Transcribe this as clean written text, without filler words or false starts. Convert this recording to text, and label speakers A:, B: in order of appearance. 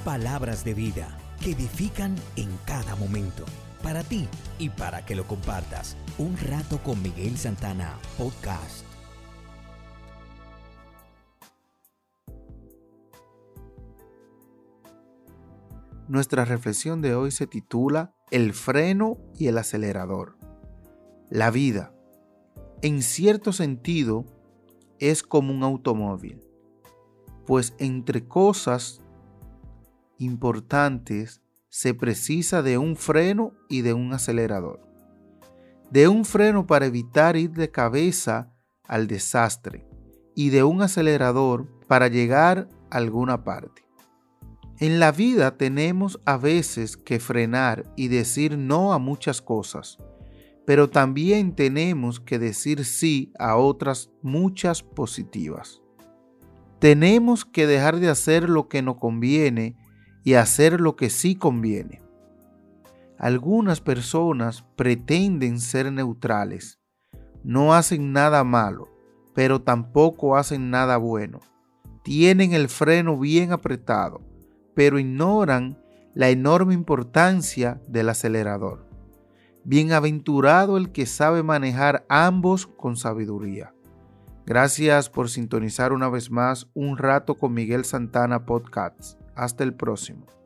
A: palabras de vida que edifican en cada momento. Para ti y para que lo compartas. Un rato con Miguel Santana, podcast.
B: Nuestra reflexión de hoy se titula El freno y el acelerador. La vida, en cierto sentido, es como un automóvil, pues entre cosas importantes se precisa de un freno y de un acelerador. De un freno para evitar ir de cabeza al desastre y de un acelerador para llegar a alguna parte. En la vida tenemos a veces que frenar y decir no a muchas cosas, pero también tenemos que decir sí a otras muchas positivas. Tenemos que dejar de hacer lo que no conviene y hacer lo que sí conviene. Algunas personas pretenden ser neutrales, no hacen nada malo, pero tampoco hacen nada bueno. Tienen el freno bien apretado, pero ignoran la enorme importancia del acelerador. Bienaventurado el que sabe manejar ambos con sabiduría. Gracias por sintonizar una vez más Un Rato con Miguel Santana Podcast. Hasta el próximo.